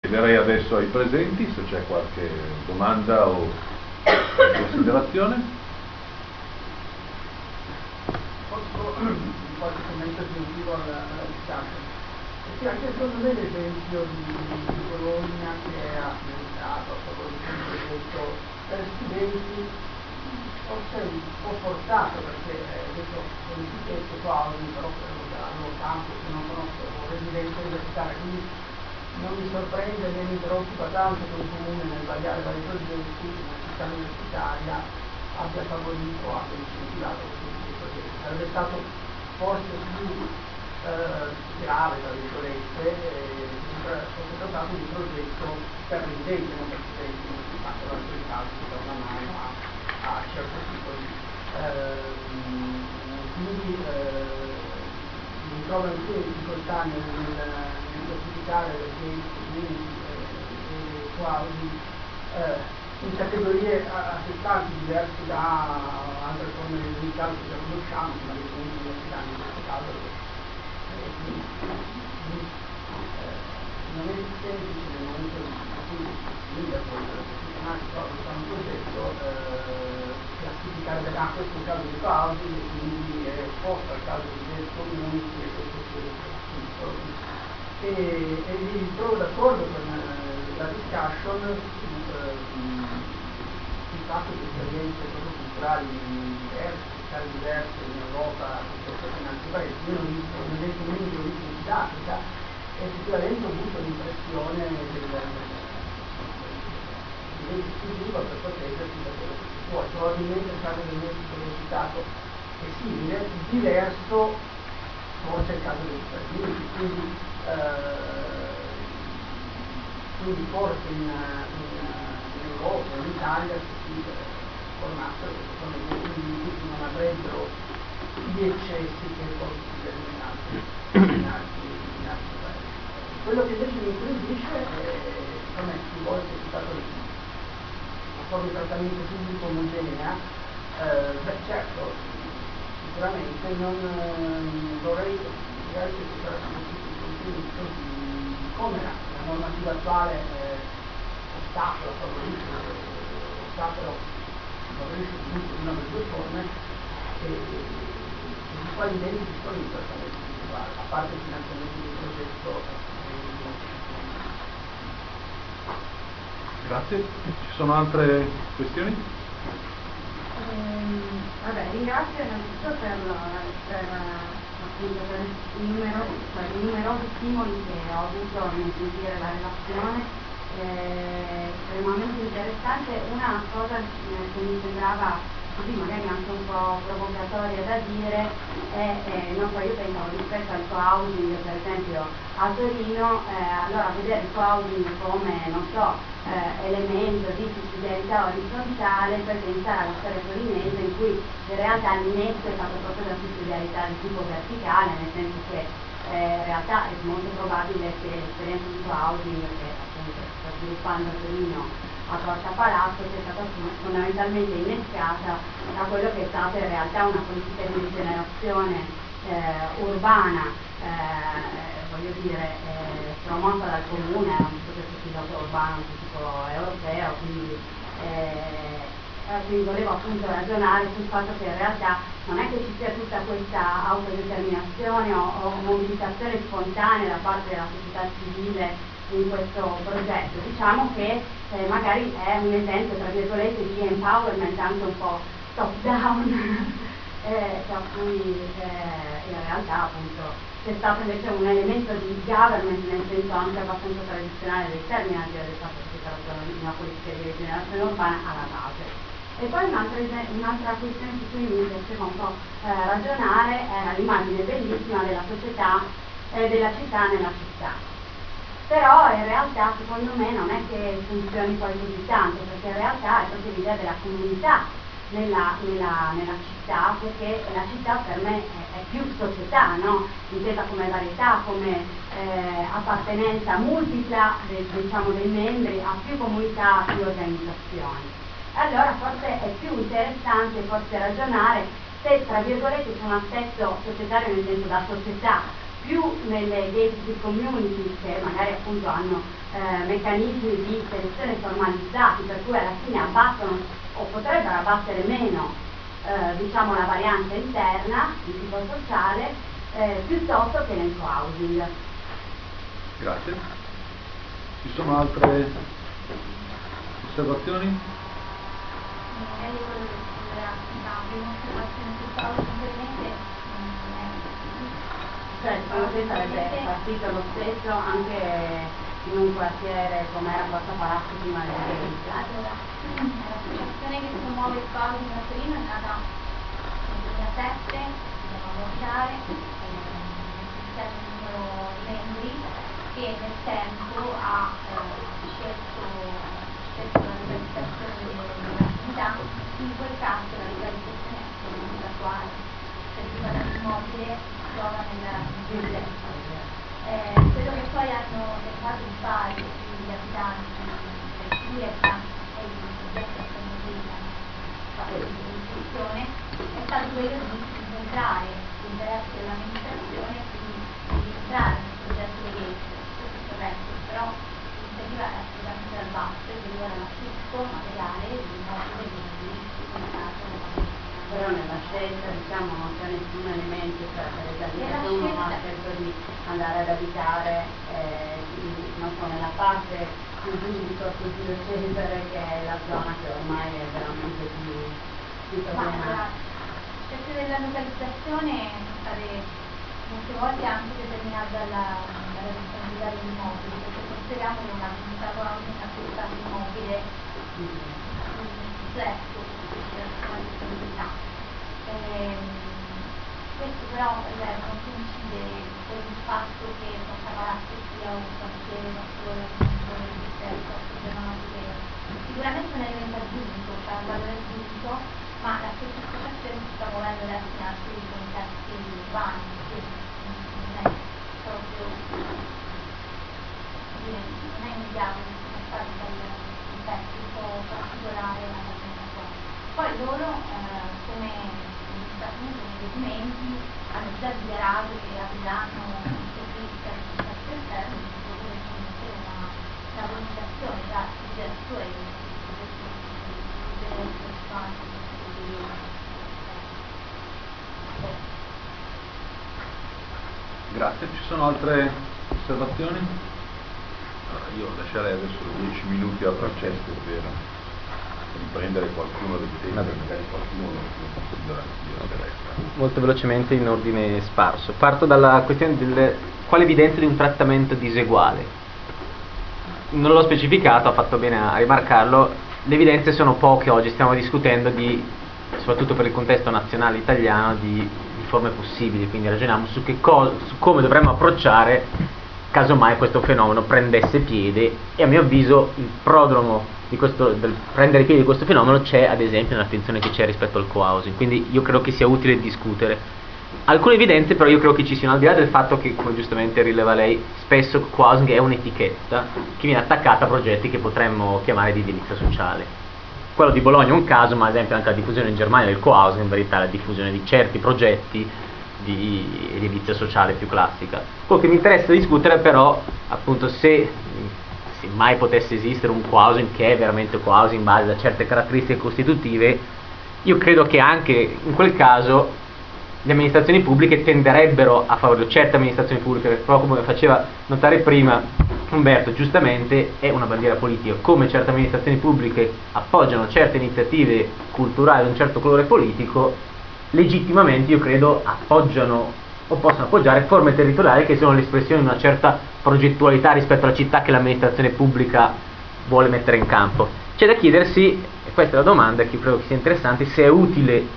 Chiederei adesso ai presenti se c'è qualche domanda o considerazione. Posso qualche commento aggiuntivo alla discussione? Perché anche secondo me l'esempio di Bologna che ha diventato a favore di un progetto per studenti forse è un po' forzato, perché adesso con l'etichetta quasi, però credo che hanno campo che non conoscono residenza universitaria, quindi non mi sorprende né mi preoccupa tanto che un comune nel vagliare vari progetti, una città universitaria abbia favorito, abbia incentivato questo tipo di progetti. Sarebbe stato forse più grave, tra virgolette, fosse trattato di un progetto per residenti, non per studenti, non si fa per altri casi che da una mano a certi titoli. Quindi mi trovo anche in difficoltà nel classificare le comuni e quasi in categorie a sé stanti, diverse da altre forme di unità che già conosciamo, ma le comuni universitari in questo caso. Non è semplice nel momento in cui si inizia con un progetto classificare da questo è un caso di causi e quindi è opposto al caso di dei comuni e questo e mi trovo d'accordo con la discussion sul fatto che esperienze proprio culturali diverse, sociali diverse in Europa piuttosto che in altri paesi. Io ho visto, nel comune che ho visto in Sudafrica, e effettivamente ho avuto l'impressione di positivo per proteggersi da quello che si può. Probabilmente il caso del Messico che ho citato è simile, diverso forse è il caso degli Stati Uniti, quindi forse in Europa, in Italia si formassero queste comuni che non avrebbero gli eccessi che poi si vedono in altri paesi. Quello che invece mi incuriosisce è, come più volte è stato una forma di trattamento pubblico omogenea, certo, sicuramente non vorrei magari che si trattasse tutti i contenuti di come la normativa attuale ostacola, favorisce comunque una delle due forme e di quali identici sono i trattamenti individuali, a parte il finanziamento del progetto. Grazie. Ci sono altre questioni? Ringrazio innanzitutto per i numerosi stimoli che ho avuto nel sentire la relazione, estremamente interessante. Una cosa che mi sembrava così magari anche un po' provocatoria da dire è, non so, io pensavo rispetto al co-housing per esempio a Torino, allora vedere il co-housing come, non so, elemento di sussidiarietà orizzontale, per pensare alla storia torinese in cui in realtà l'inizio è stato proprio la sussidiarietà di tipo verticale, nel senso che in realtà è molto probabile che l'esperienza di co-housing che appunto sta sviluppando a Torino a Porta Palazzo sia stata fondamentalmente innescata da quello che è stata in realtà una politica di rigenerazione urbana, voglio dire, promossa dal comune, un pilota urbano di tipo europeo, quindi volevo appunto ragionare sul fatto che in realtà non è che ci sia tutta questa autodeterminazione o mobilitazione spontanea da parte della società civile in questo progetto. Diciamo che magari è un esempio, tra virgolette, di empowerment anche un po' top down, tra cui in realtà appunto c'è stato invece un elemento di government nel senso anche abbastanza tradizionale del termine, al di là del fatto che si tratta di una politica di rigenerazione urbana alla base. E poi un'altra questione su cui mi piaceva un po' ragionare era l'immagine bellissima della società della città nella città. Però in realtà secondo me non è che funzioni poi così tanto, perché in realtà è proprio l'idea della comunità nella città, perché la città per me è più società, no? Intesa come varietà, come appartenenza multipla diciamo, dei membri a più comunità, a più organizzazioni. Allora forse è più interessante forse ragionare se tra virgolette c'è un aspetto societario nel senso da società più nelle gated community che magari appunto hanno meccanismi di selezione formalizzati, per cui alla fine abbattono o potrebbero abbattere meno diciamo la varianza interna di tipo sociale, piuttosto che nel co-housing. Grazie. Ci sono altre osservazioni? Cioè, secondo te sarebbe partito lo stesso anche in un quartiere come era Porta Palazzo prima del Gates? Allora, l'associazione che promuove il co-housing a Torino è nata nel 2007, dobbiamo lavorare, c'è un numero di membri che nel tempo ha scelto la legalizzazione dell'attività, in quel caso la legalizzazione è assolutamente attuale, cioè si parla di immobile trova nella biblioteca. Quello che poi hanno tentato di fare gli abitanti del Chiesa e i soggetti a famiglia di istruzione è stato quello di incontrare l'interesse dell'amministrazione e quindi di entrare nel progetto dei gates. Questo è corretto, però l'iniziativa è assolutamente dal basso e deriva dall'acquisto materiale di immobili di però nella scelta diciamo non c'è nessun elemento, cioè per esempio se uno ha scelto di andare ad abitare non so, nella parte più giù di Corso Giulio Cesare, che è la zona che ormai è veramente più problematica. Le scelte della localizzazione sono state molte volte anche determinate dalla disponibilità degli immobili, perché consideriamo che una comunità economica acquista un immobile complesso di disponibilità. Questo però non coincide con il fatto che Porta Palazzo sia un quartiere non solo esistente, sicuramente un elemento aggiunto, cioè un valore aggiunto, ma la stessa associazione si sta muovendo verso in altri contesti urbani, quindi non è proprio non è immediato, sono stati dal contesto un po' particolare alla qua. Poi loro come documenti hanno già dichiarato che apriranno un servizio all'esterno di proporre una valutazione da direttori Grazie. Ci sono altre osservazioni? Allora, io lascerei adesso 10 minuti a Francesco per riprendere qualcuno dei temi, magari qualcuno non considera di interessa. Molto velocemente in ordine sparso. Parto dalla questione del quale evidenza di un trattamento diseguale. Non l'ho specificato, ha fatto bene a rimarcarlo. Le evidenze sono poche oggi, stiamo discutendo soprattutto per il contesto nazionale italiano, di forme possibili, quindi ragioniamo su come dovremmo approcciare caso mai questo fenomeno prendesse piede, e a mio avviso il prodromo del prendere piede di questo fenomeno c'è ad esempio nell'attenzione che c'è rispetto al co-housing, quindi io credo che sia utile discutere. Alcune evidenze però io credo che ci siano, al di là del fatto che, come giustamente rileva lei, spesso co-housing è un'etichetta che viene attaccata a progetti che potremmo chiamare di edilizia sociale. Quello di Bologna è un caso, ma ad esempio anche la diffusione in Germania del co-housing, in verità la diffusione di certi progetti di edilizia sociale più classica. Quello che mi interessa discutere però, appunto, se mai potesse esistere un co-housing che è veramente co-housing in base a certe caratteristiche costitutive, io credo che anche in quel caso le amministrazioni pubbliche tenderebbero a favorire, certe amministrazioni pubbliche, perché proprio come faceva notare prima Umberto giustamente è una bandiera politica, come certe amministrazioni pubbliche appoggiano certe iniziative culturali di un certo colore politico, legittimamente io credo appoggiano o possono appoggiare forme territoriali che sono l'espressione di una certa progettualità rispetto alla città che l'amministrazione pubblica vuole mettere in campo. C'è da chiedersi, e questa è la domanda che io credo che sia interessante, se è utile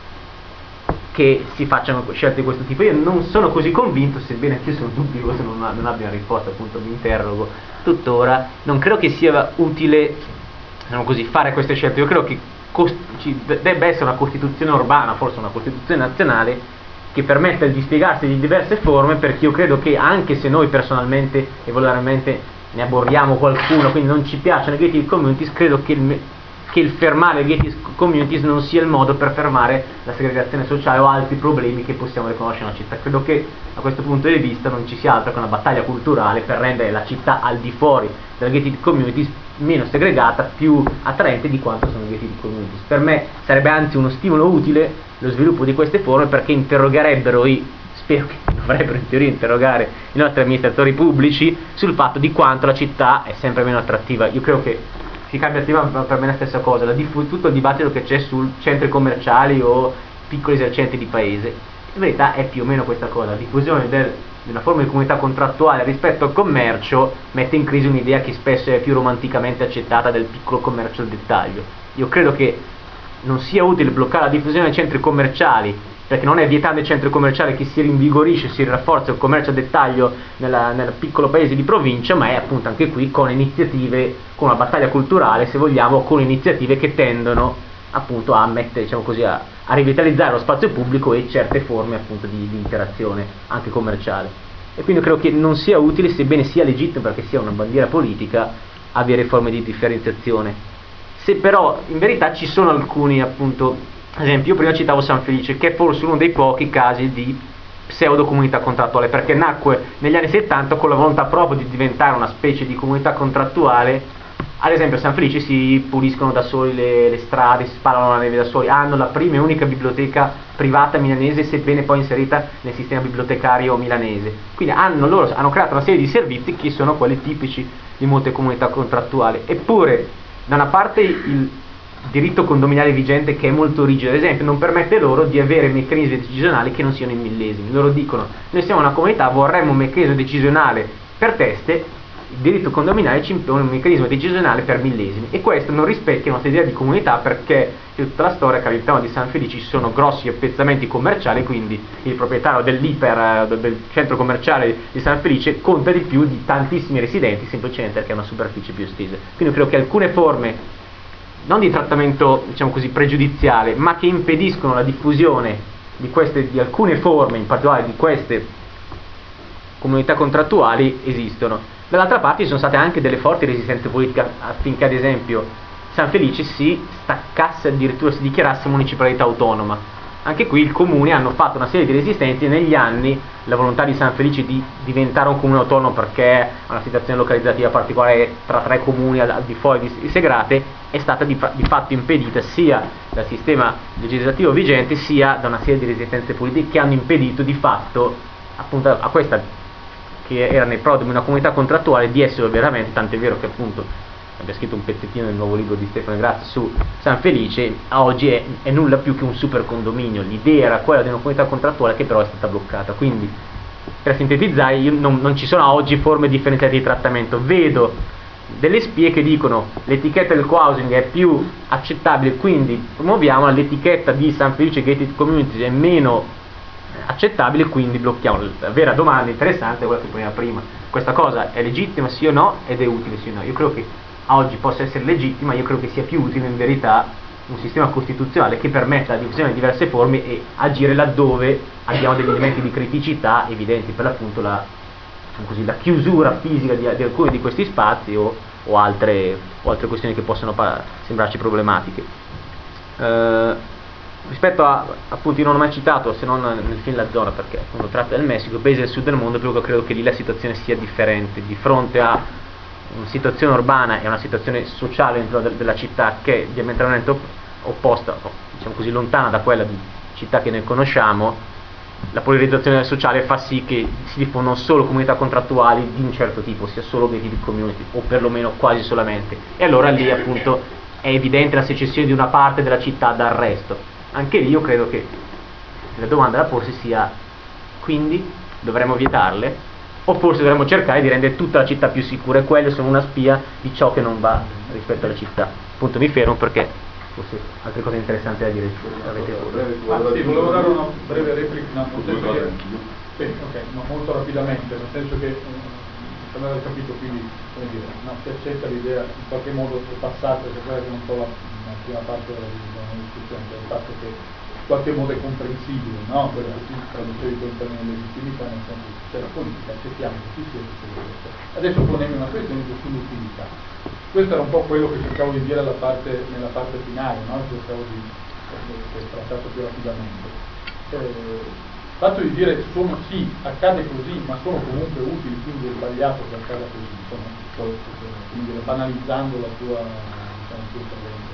che si facciano scelte di questo tipo. Io non sono così convinto, sebbene anche io sono dubbioso, non abbia una risposta, appunto mi interrogo tuttora. Non credo che sia utile, diciamo così, fare queste scelte. Io credo che debba essere una costituzione urbana, forse una costituzione nazionale, che permetta il dispiegarsi di diverse forme, perché io credo che anche se noi personalmente e volontariamente ne aborriamo qualcuno, quindi non ci piacciono i gated communities, credo che che il fermare le gated communities non sia il modo per fermare la segregazione sociale o altri problemi che possiamo riconoscere nella città. Credo che da questo punto di vista non ci sia altro che una battaglia culturale per rendere la città al di fuori delle gated communities meno segregata, più attraente di quanto sono le gated communities. Per me sarebbe anzi uno stimolo utile lo sviluppo di queste forme, perché interrogherebbero spero che dovrebbero in teoria interrogare i nostri amministratori pubblici sul fatto di quanto la città è sempre meno attrattiva. Io credo che si cambia tema, per me è la stessa cosa, tutto il dibattito che c'è su centri commerciali o piccoli esercenti di paese, in verità è più o meno questa cosa. La diffusione di una forma di comunità contrattuale rispetto al commercio mette in crisi un'idea che spesso è più romanticamente accettata del piccolo commercio al dettaglio. Io credo che non sia utile bloccare la diffusione dei centri commerciali, perché non è vietando i centri commerciali che si rinvigorisce, si rafforza il commercio a dettaglio nel piccolo paese di provincia, ma è appunto anche qui con iniziative, con una battaglia culturale, se vogliamo, con iniziative che tendono appunto a mettere, diciamo così, a rivitalizzare lo spazio pubblico e certe forme appunto di interazione anche commerciale. E quindi credo che non sia utile, sebbene sia legittimo perché sia una bandiera politica, avere forme di differenziazione. Se però in verità ci sono alcuni appunto, ad esempio, io prima citavo San Felice, che è forse uno dei pochi casi di pseudo comunità contrattuale, perché nacque negli anni 70 con la volontà proprio di diventare una specie di comunità contrattuale. Ad esempio a San Felice si puliscono da soli le strade, si spalano la neve da soli, hanno la prima e unica biblioteca privata milanese, sebbene poi inserita nel sistema bibliotecario milanese. Quindi loro hanno creato una serie di servizi che sono quelli tipici di molte comunità contrattuali. Eppure da una parte il diritto condominiale vigente, che è molto rigido, ad esempio, non permette loro di avere meccanismi decisionali che non siano in millesimi. Loro dicono: noi siamo una comunità, vorremmo un meccanismo decisionale per teste, il diritto condominiale ci impone un meccanismo decisionale per millesimi, e questo non rispecchia la nostra idea di comunità, perché in tutta la storia che all'interno di San Felice ci sono grossi appezzamenti commerciali, quindi il proprietario del centro commerciale di San Felice conta di più di tantissimi residenti, semplicemente perché ha una superficie più estesa. Quindi credo che alcune forme non di trattamento, diciamo così, pregiudiziale, ma che impediscono la diffusione di alcune forme, in particolare di queste comunità contrattuali, esistono. Dall'altra parte ci sono state anche delle forti resistenze politiche affinché, ad esempio, San Felice si staccasse, addirittura si dichiarasse municipalità autonoma. Anche qui il comune hanno fatto una serie di resistenze, e negli anni la volontà di San Felice di diventare un comune autonomo, perché ha una situazione localizzativa particolare tra 3 comuni al di fuori di Segrate, è stata di fatto impedita sia dal sistema legislativo vigente sia da una serie di resistenze politiche che hanno impedito di fatto appunto a questa, che era nei prodromi una comunità contrattuale, di essere veramente, tant'è vero che appunto abbia scritto un pezzettino nel nuovo libro di Stefano Grazia su San Felice, oggi è nulla più che un super condominio. L'idea era quella di una comunità contrattuale che però è stata bloccata. Quindi, per sintetizzare, non ci sono oggi forme differenziate di trattamento. Vedo delle spie che dicono l'etichetta del co-housing è più accettabile, quindi promuoviamola, l'etichetta di San Felice Gated Communities è meno accettabile, quindi blocchiamo. La vera domanda interessante è quella che poneva prima: questa cosa è legittima sì o no, ed è utile sì o no? Io credo che oggi possa essere legittima, io credo che sia più utile in verità un sistema costituzionale che permetta la divisione di diverse forme e agire laddove abbiamo degli elementi di criticità evidenti, per l'appunto la chiusura fisica di alcuni di questi spazi o altre questioni che possono sembrarci problematiche. Rispetto a, appunto, io non ho mai citato, se non nel film La Zona, perché quando tratta del Messico, paesi del sud del mondo, proprio credo che lì la situazione sia differente, di fronte a una situazione urbana e una situazione sociale all'interno della città che è diametralmente opposta, diciamo così, lontana da quella di città che noi conosciamo. La polarizzazione sociale fa sì che si diffondano solo comunità contrattuali di un certo tipo, sia solo gated community, o perlomeno quasi solamente, e allora lì appunto è evidente la secessione di una parte della città dal resto. Anche lì io credo che la domanda da porsi sia: quindi dovremmo vietarle? O forse dovremmo cercare di rendere tutta la città più sicura, e quelle sono una spia di ciò che non va rispetto alla città. Appunto mi fermo perché forse altre cose interessanti da dire avete. Sì, volevo dare una breve replica, molto rapidamente, nel senso che per aver capito, quindi come dire, si accetta l'idea, in qualche modo è passata, se quella che un po' la prima parte della discussione, cioè il fatto che in qualche modo è comprensibile, no? Quello che si traducevi con il termine legittimità, nel senso che c'è la politica, accettiamo che ci sia questo. Adesso ponemi una questione sull'utilità. Questo era un po' quello che cercavo di dire nella parte finale, no? Cercavo di trattato più rapidamente. Il fatto di dire sì, accade così, ma sono comunque utili, quindi è sbagliato che accada così, quindi banalizzando la tua intervento,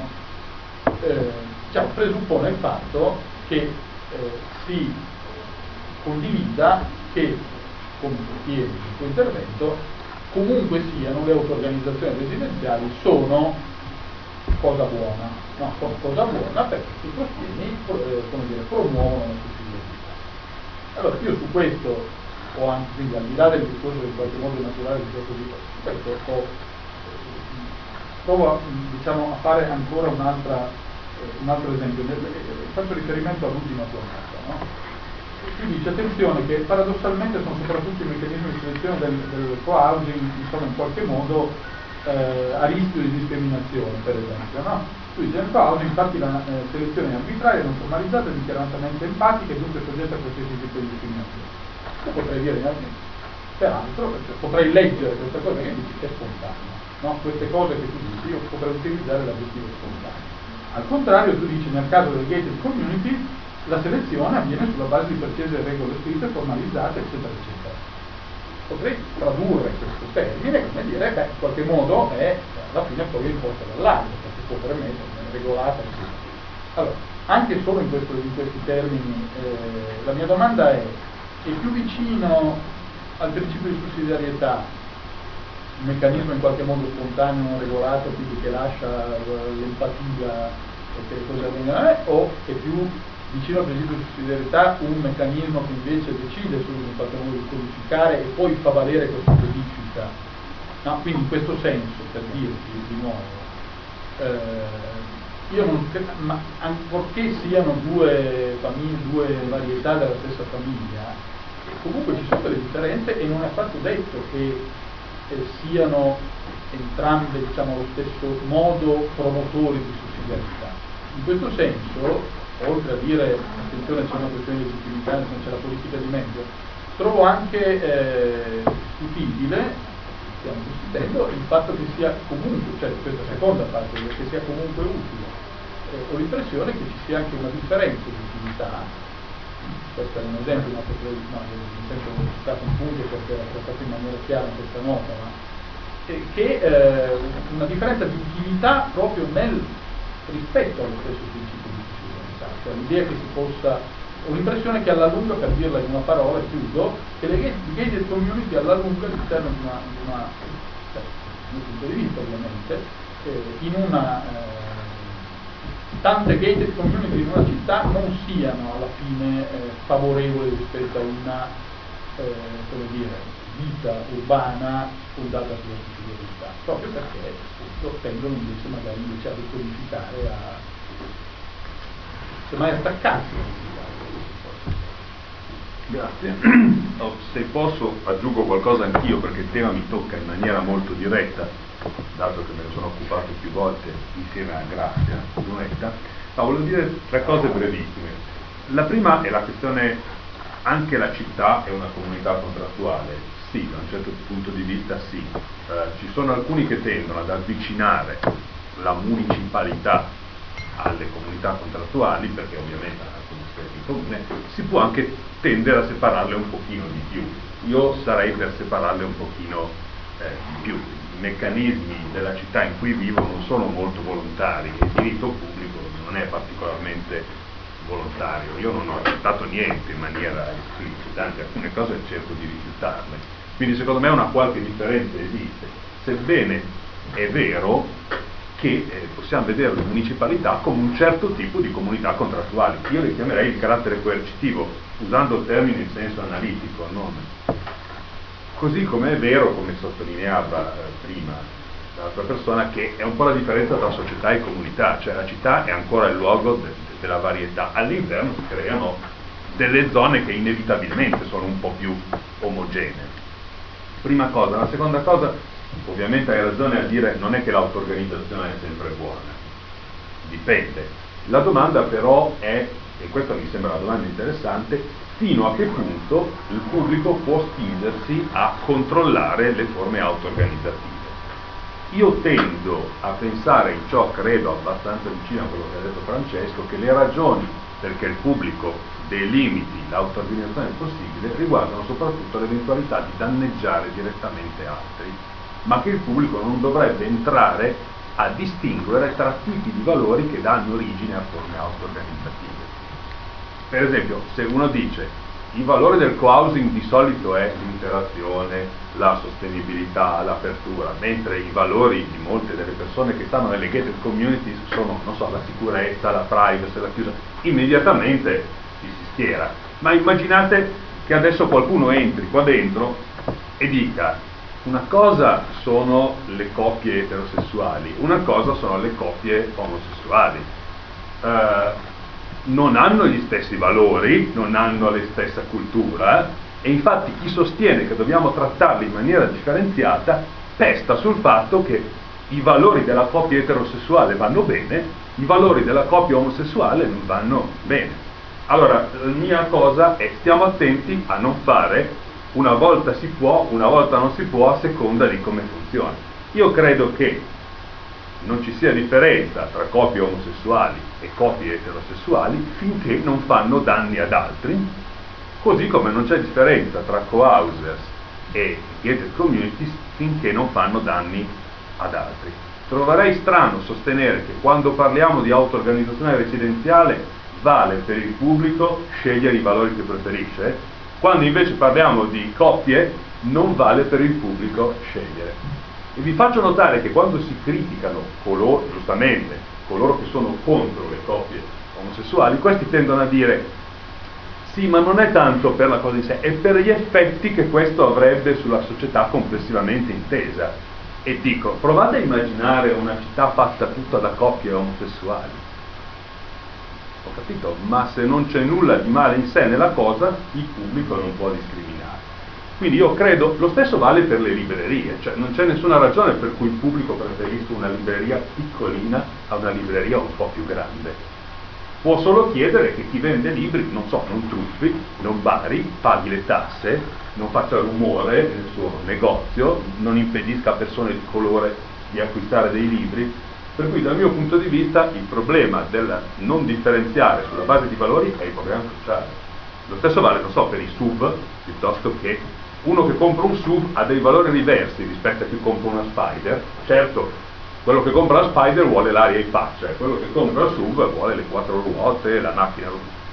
no? Presuppone il fatto che si condivida che, come sostiene il tuo intervento, comunque siano le auto-organizzazioni residenziali sono cosa buona, no? Sono cosa buona perché si sostieni, promuovono la sussidiarietà. Allora io su questo ho anche, quindi al di là del discorso in qualche modo naturale di questo provo a fare ancora un altro esempio, faccio riferimento all'ultima giornata, no? Si dice attenzione che paradossalmente sono soprattutto i meccanismi di selezione del co-housing, insomma in qualche modo a rischio di discriminazione, per esempio, no? Tu dici nel co-housing infatti la selezione è arbitraria, non formalizzata, dichiaratamente empatica e dunque soggetta a qualsiasi tipo di discriminazione. Io potrei dire peraltro, potrei leggere questa cosa che dici che è spontanea, no? Queste cose che tu dici, io potrei utilizzare l'aggettivo spontaneo. Al contrario, tu dici nel caso del gated community la selezione avviene sulla base di precise regole scritte, formalizzate, eccetera, eccetera. Potrei tradurre questo termine come dire, in qualche modo è alla fine poi imposta dall'alto, perché può permettere, è regolata, eccetera. Allora, anche solo in questi termini, la mia domanda è più vicino al principio di sussidiarietà un meccanismo in qualche modo spontaneo, non regolato, quindi che lascia l'empatia e che le cose avvengano, o è più vicino al principio di sussidiarietà un meccanismo che invece decide solo in qualche modo di codificare e poi fa valere questa codifica, no? Quindi in questo senso, per dirti di nuovo, io non ma ancorché siano due varietà della stessa famiglia, comunque ci sono delle differenze e non è affatto detto che siano entrambe, diciamo, lo stesso modo promotori di sussidiarietà. In questo senso, oltre a dire attenzione c'è una questione di legittimità, non c'è la politica di mezzo, trovo anche discutibile, stiamo discutendo, il fatto che sia comunque, cioè questa seconda parte, che sia comunque utile. Ho l'impressione che ci sia anche una differenza di utilità. Questo è un esempio, nel senso che è stato un punto perché era trattato in maniera chiara in questa nota, ma una differenza di utilità proprio rispetto allo stesso principio di sussidiarietà, cioè l'idea che si possa, ho l'impressione che alla lunga, per dirla in una parola, chiudo, che le gated community alla lunga all'interno di una dal mio punto di vista ovviamente, in una tante gated community in una città non siano alla fine favorevoli rispetto a una vita urbana fondata sulla sussidiarietà, proprio perché tendono invece magari a decodificare, semmai attaccarsi. Grazie. Se posso aggiungo qualcosa anch'io, perché il tema mi tocca in maniera molto diretta, dato che me ne sono occupato più volte insieme a Grazia Brunetta. Volevo dire tre cose brevissime. La prima è la questione, anche la città è una comunità contrattuale. Sì, da un certo punto di vista sì. Ci sono alcuni che tendono ad avvicinare la municipalità alle comunità contrattuali, perché ovviamente alcuni aspetti in comune, si può anche tendere a separarle un pochino di più. Io sarei per separarle un pochino di più. I meccanismi della città in cui vivo non sono molto volontari, il diritto pubblico non è particolarmente volontario, io non ho accettato niente in maniera esplicita, anzi alcune cose cerco di rifiutarle, quindi secondo me una qualche differenza esiste, sebbene è vero che possiamo vedere le municipalità come un certo tipo di comunità contrattuali. Io le chiamerei di carattere coercitivo, usando il termine in senso analitico, non. Così come è vero, come sottolineava prima l'altra persona, che è un po' la differenza tra società e comunità, cioè la città è ancora il luogo della varietà, all'interno si creano delle zone che inevitabilmente sono un po' più omogenee. Prima cosa. La seconda cosa, ovviamente hai ragione a dire non è che l'auto-organizzazione è sempre buona, dipende. La domanda però è, e questa mi sembra una domanda interessante, fino a che punto il pubblico può spingersi a controllare le forme auto-organizzative. Io tendo a pensare in ciò, credo abbastanza vicino a quello che ha detto Francesco, che le ragioni perché il pubblico delimiti l'autoorganizzazione possibile riguardano soprattutto l'eventualità di danneggiare direttamente altri, ma che il pubblico non dovrebbe entrare a distinguere tra tipi di valori che danno origine a forme auto-organizzative. Per esempio, se uno dice i valori del co-housing di solito è l'interazione, la sostenibilità, l'apertura, mentre i valori di molte delle persone che stanno nelle gated communities sono, non so, la sicurezza, la privacy, la chiusa, immediatamente ci si schiera. Ma immaginate che adesso qualcuno entri qua dentro e dica una cosa sono le coppie eterosessuali, una cosa sono le coppie omosessuali. Non hanno gli stessi valori, non hanno la stessa cultura, e infatti chi sostiene che dobbiamo trattarli in maniera differenziata pesta sul fatto che i valori della coppia eterosessuale vanno bene, i valori della coppia omosessuale non vanno bene. Allora, la mia cosa è stiamo attenti a non fare una volta si può, una volta non si può, a seconda di come funziona. Io credo che non ci sia differenza tra coppie omosessuali e coppie eterosessuali finché non fanno danni ad altri, così come non c'è differenza tra co-housers e gated communities finché non fanno danni ad altri. Troverei strano sostenere che quando parliamo di auto-organizzazione residenziale vale per il pubblico scegliere i valori che preferisce, quando invece parliamo di coppie non vale per il pubblico scegliere. E vi faccio notare che quando si criticano giustamente coloro che sono contro le coppie omosessuali, questi tendono a dire sì, ma non è tanto per la cosa in sé, è per gli effetti che questo avrebbe sulla società complessivamente intesa. E dico, provate a immaginare una città fatta tutta da coppie omosessuali. Ho capito? Ma se non c'è nulla di male in sé nella cosa, il pubblico non può discriminare. Quindi io credo, lo stesso vale per le librerie, cioè non c'è nessuna ragione per cui il pubblico preferisca una libreria piccolina a una libreria un po' più grande. Può solo chiedere che chi vende libri, non so, non truffi, non bari, paghi le tasse, non faccia rumore nel suo negozio, non impedisca a persone di colore di acquistare dei libri. Per cui dal mio punto di vista il problema del non differenziare sulla base di valori è il problema cruciale. Lo stesso vale, non so, per i SUV, piuttosto che uno che compra un SUV ha dei valori diversi rispetto a chi compra una Spider. Certo, quello che compra la Spider vuole l'aria in faccia, quello che compra il SUV vuole le quattro ruote, la macchina.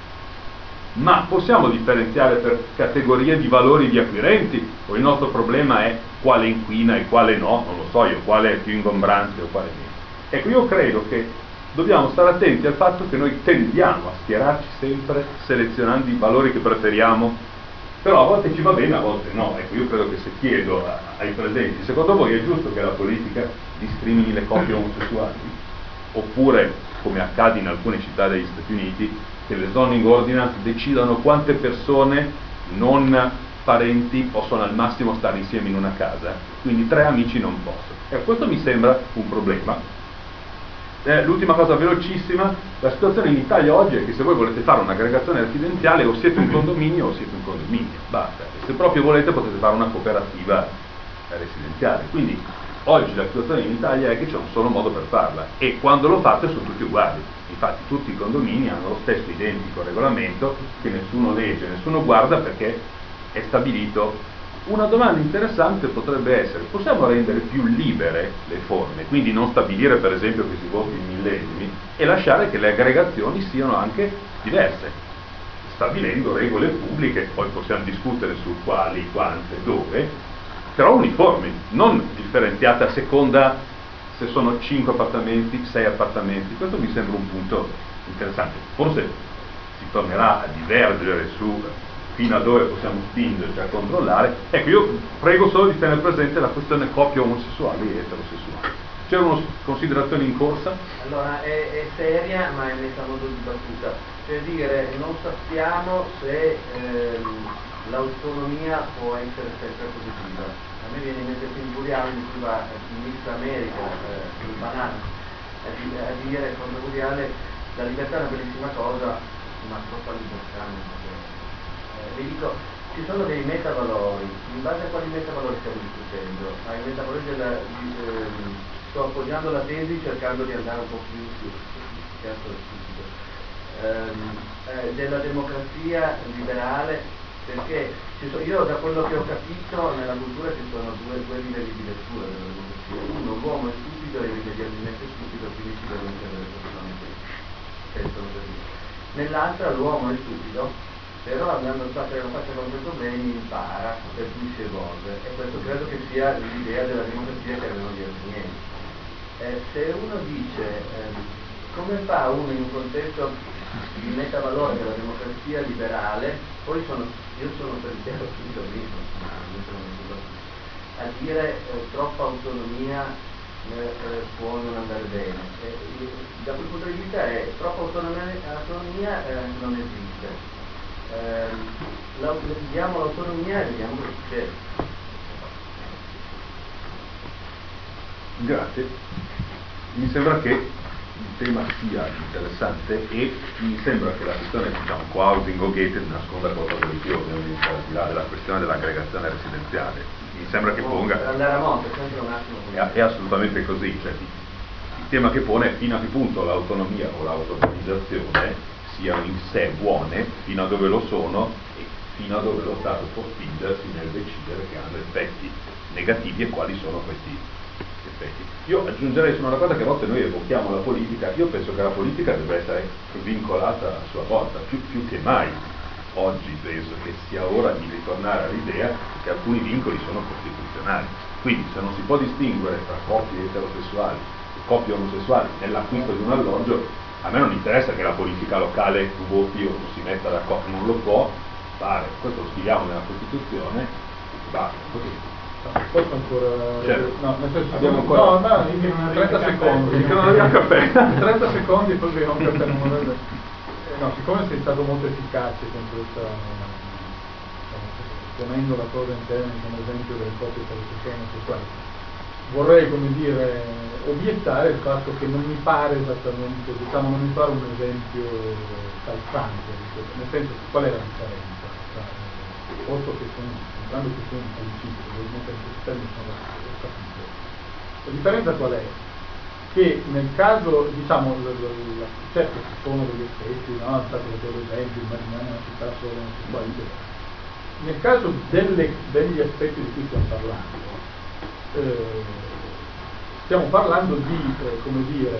Ma possiamo differenziare per categorie di valori di acquirenti? O il nostro problema è quale inquina e quale no? Non lo so io, quale è più ingombrante o quale meno. Ecco, io credo che dobbiamo stare attenti al fatto che noi tendiamo a schierarci sempre selezionando i valori che preferiamo, però a volte ci va bene, a volte no. Ecco, io credo che se chiedo ai presenti, secondo voi è giusto che la politica discrimini le coppie omosessuali? Oppure, come accade in alcune città degli Stati Uniti, che le zoning ordinance decidano quante persone non parenti possono al massimo stare insieme in una casa, quindi 3 amici non possono. E questo mi sembra un problema. L'ultima cosa velocissima, la situazione in Italia oggi è che se voi volete fare un'aggregazione residenziale o siete un condominio o siete un condominio, basta. E se proprio volete potete fare una cooperativa residenziale. Quindi oggi la situazione in Italia è che c'è un solo modo per farla e quando lo fate sono tutti uguali. Infatti tutti i condomini hanno lo stesso identico regolamento che nessuno legge, nessuno guarda perché è stabilito. Una domanda interessante potrebbe essere: possiamo rendere più libere le forme, quindi non stabilire per esempio che si voti in millesimi e lasciare che le aggregazioni siano anche diverse, stabilendo regole pubbliche, poi possiamo discutere su quali, quante, dove, però uniformi, non differenziate a seconda se sono 5 appartamenti, 6 appartamenti. Questo mi sembra un punto interessante. Forse si tornerà a divergere su fino a dove possiamo spingerci a controllare. Ecco, io prego solo di tenere presente la questione coppie omosessuali e eterosessuali. C'erano considerazioni in corsa? Allora, è seria ma è messa a modo di battuta, cioè dire non sappiamo se l'autonomia può essere sempre positiva. A me viene in mente il film Woody Allen in cui va in Miss America, il banano, a dire contro Woody Allen la libertà è una bellissima cosa, ma troppa libertà non è. Vi dico, ci sono dei metavalori, in base a quali metavalori stiamo discutendo? Ai metavalori sto appoggiando la tesi cercando di andare un po' più della democrazia liberale, perché io da quello che ho capito nella cultura ci sono due livelli di lettura della democrazia. Uno, l'uomo è stupido e irrimediabilmente stupido, quindi ci devono essere delle persone che pensano così. Nell'altra l'uomo è stupido, però andando a fare la faccia con i problemi impara, per cui si evolve, e questo credo che sia l'idea della democrazia che avevano gli ateniesi. Se uno dice come fa uno in un contesto di metavalore della democrazia liberale, poi io sono per il terrorismo, a dire troppa autonomia può non andare bene. Da quel punto di vista troppa autonomia non esiste. Diamo l'autonomia e vediamo che succede. Grazie. Mi sembra che il tema sia interessante e mi sembra che la questione, diciamo, co-housing o gated nasconda qualcosa di più, ovviamente, al di là della questione dell'aggregazione residenziale. Mi sembra che ponga... Per andare a monte, sempre un attimo. È assolutamente così, cioè il tema che pone è fino a che punto l'autonomia o l'autonomizzazione siano in sé buone, fino a dove lo sono e fino a dove lo Stato può spingersi nel decidere che hanno effetti negativi e quali sono questi effetti. Io aggiungerei solo una cosa, che a volte noi evochiamo la politica. Io penso che la politica debba essere vincolata a sua volta, più che mai oggi penso che sia ora di ritornare all'idea che alcuni vincoli sono costituzionali. Quindi se non si può distinguere tra coppie eterosessuali e coppie omosessuali nell'acquisto di un alloggio, a me non interessa che la politica locale voti o si metta d'accordo, non lo può fare. Questo lo scriviamo nella Costituzione e basta, così. Posso ancora... Certo. No, nel senso, Abbiamo ancora... No, in 30 secondi. Che non abbiamo caffè. In 30 secondi poi beviamo un caffè. No, siccome sei stato molto efficace con questa... ponendo la cosa in termini come esempio delle coppie per le persone omosessuali, vorrei, come dire, obiettare il fatto che non mi pare esattamente, diciamo, non mi pare un esempio calzante, nel senso, qual è la differenza? Posto che entrambi ci sono un principio, probabilmente anche questi termini sono capito. La differenza qual è? Che nel caso, diciamo, certo ci sono degli effetti, no? È stato per esempio, immaginiamo una città solo omosessuale. Nel caso degli aspetti di cui stiamo parlando di, come dire,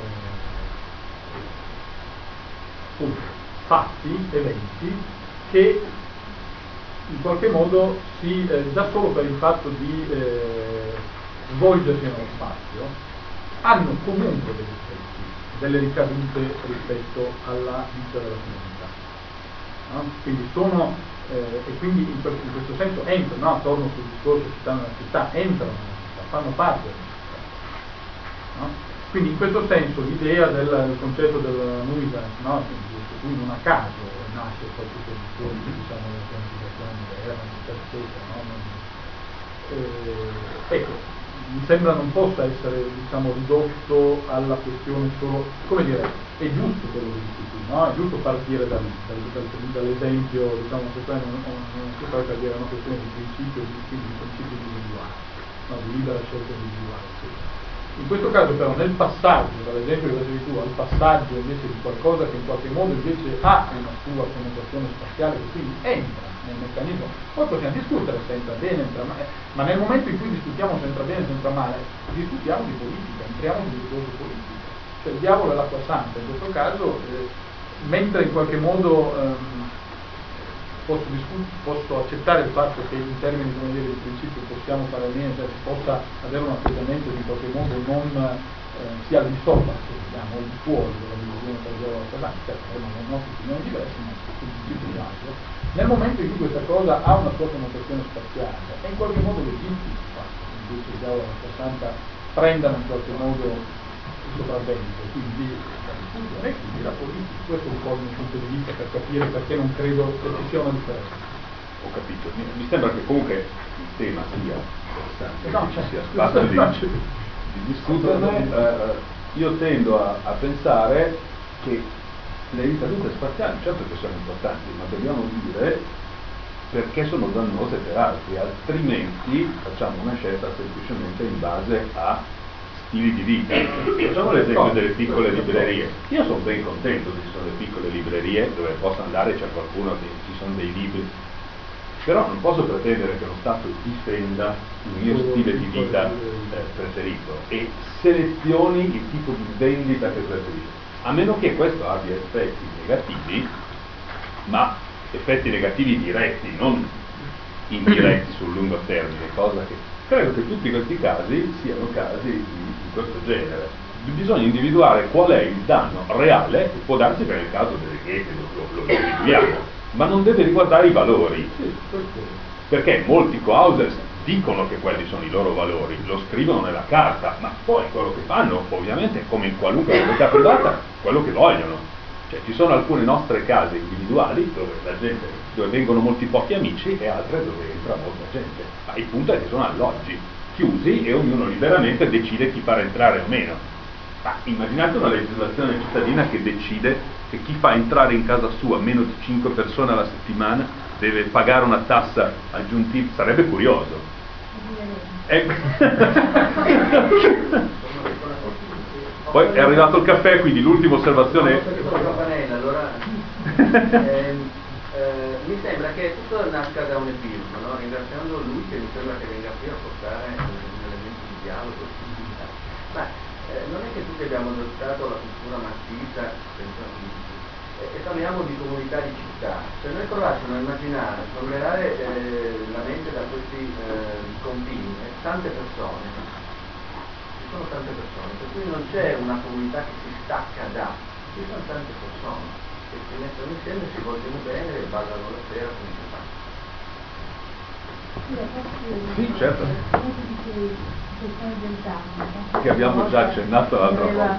fatti, eventi che in qualche modo già solo per il fatto di svolgersi nello spazio hanno comunque degli effetti, delle ricadute rispetto alla vita della comunità, no? Quindi e quindi in questo senso entrano, no? Torno sul discorso città nella città, entrano nella città, fanno parte della città, no? Quindi in questo senso l'idea del concetto della nuisance, no? Per cui non a caso nasce proprio per discorsi, diciamo, della pianificazione moderna, eccetera, no? Ecco, mi sembra non possa essere, diciamo, ridotto alla questione solo, come dire, è giusto quello che dici tu, no? È giusto partire dall'esempio, diciamo, non si fa per dire una questione di principio, di principio individuale, no? Di libera scelta individuale, eccetera. In questo caso però nel passaggio, dall'esempio che facevi tu, al passaggio invece di qualcosa che in qualche modo invece ha una sua connotazione spaziale, che quindi entra nel meccanismo, poi possiamo discutere se entra bene, entra male, ma nel momento in cui discutiamo se entra bene, se entra male, discutiamo di politica, entriamo in un discorso politico, cioè il diavolo è l'acqua santa, in questo caso, mentre in qualche modo posso accettare il fatto che in termini, come dire, di principio possiamo fare bene, cioè si possa avere un atteggiamento che in qualche modo non sia al di sopra, se vogliamo, o al di fuori della divisione tra il diavolo e l'acqua santa, certo, abbiamo le nostre opinioni diverse, ma il principio è altro. Nel momento in cui questa cosa ha una sua connotazione spaziale, è in qualche modo legittimo il fatto che invece il diavolo e l'acqua santa prendano in qualche modo il sopravvento, quindi la discussione e quindi la politica. Questo è un po' il mio punto di vista per capire perché non credo che ci sia una differenza. Ho capito, mi sembra che comunque il tema sia interessante, no, ci sia spazio di discuterne. Io tendo a pensare che le ricadute spaziali certo che sono importanti, ma dobbiamo dire perché sono dannose per altri, altrimenti facciamo una scelta semplicemente in base a stili di vita. Facciamo l'esempio delle piccole librerie. Io sono ben contento che ci sono le piccole librerie dove posso andare e c'è qualcuno che ci sono dei libri, però non posso pretendere che lo Stato difenda il mio stile di vita preferito e selezioni il tipo di vendita che preferisco, a meno che questo abbia effetti negativi, ma effetti negativi diretti, non indiretti sul lungo termine, cosa che credo che tutti questi casi siano casi di questo genere. Bisogna individuare qual è il danno reale, può darsi che nel caso delle chiese lo individuiamo, ma non deve riguardare i valori, perché molti co-housers dicono che quelli sono i loro valori, lo scrivono nella carta, ma poi quello che fanno, ovviamente, come in qualunque proprietà privata, quello che vogliono. Cioè, ci sono alcune nostre case individuali dove vengono molti pochi amici e altre dove entra molta gente, ma il punto è che sono alloggi chiusi e ognuno liberamente decide chi far entrare o meno. Ma immaginate una legislazione cittadina che decide che chi fa entrare in casa sua meno di 5 persone alla settimana deve pagare una tassa aggiuntiva, sarebbe curioso. Poi è arrivato il caffè, quindi l'ultima osservazione. Allora, mi sembra che tutto nasca da un epilogo, no? Ringraziando lui che mi sembra che venga qui a portare un elemento di dialogo e sensibilità. Ma non è che tutti abbiamo adottato la cultura marxista e parliamo di comunità di città. Se noi provassimo a immaginare, a sollevare la mente da questi confini, tante persone, ci sono tante persone, per cui non c'è una comunità che si stacca da, ci sono tante persone che si mettono insieme, si vogliono bene e ballano la sera come si fa. Sì, certo. Che abbiamo già accennato l'altra volta.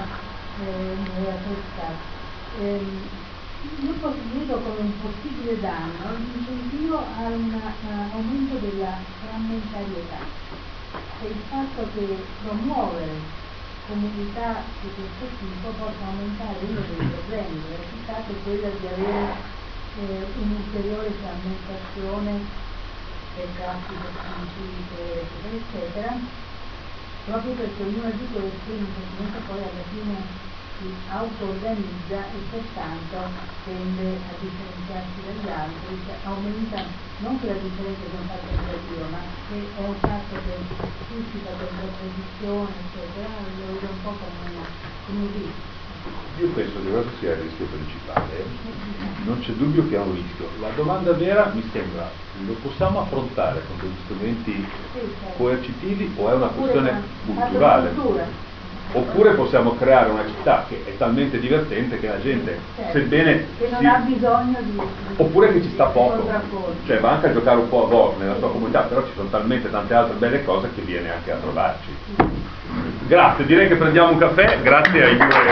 Io vedo come un possibile danno l'incentivo a un aumento della frammentarietà, e il fatto che promuovere comunità di questo tipo possa aumentare uno dei problemi della città, che è quello di avere un'ulteriore frammentazione del traffico eccetera eccetera, proprio perché ognuna di queste in questo momento poi alla fine si auto-organizza e pertanto tende a differenziarsi dagli altri, cioè aumenta non che la differenza sia un fatto negativo, ma che è un fatto che suscita contrapposizione eccetera, lo vedo un po' come un rischio. Io penso che questo sia il rischio principale, non c'è dubbio che è un rischio. La domanda vera mi sembra, lo possiamo affrontare con degli strumenti coercitivi o è una questione culturale? Oppure possiamo creare una città che è talmente divertente che la gente, sebbene che non ha bisogno di oppure che ci sta poco, cioè va anche a giocare un po' a golf nella sua comunità, però ci sono talmente tante altre belle cose che viene anche a trovarci. Grazie, direi che prendiamo un caffè, grazie ai due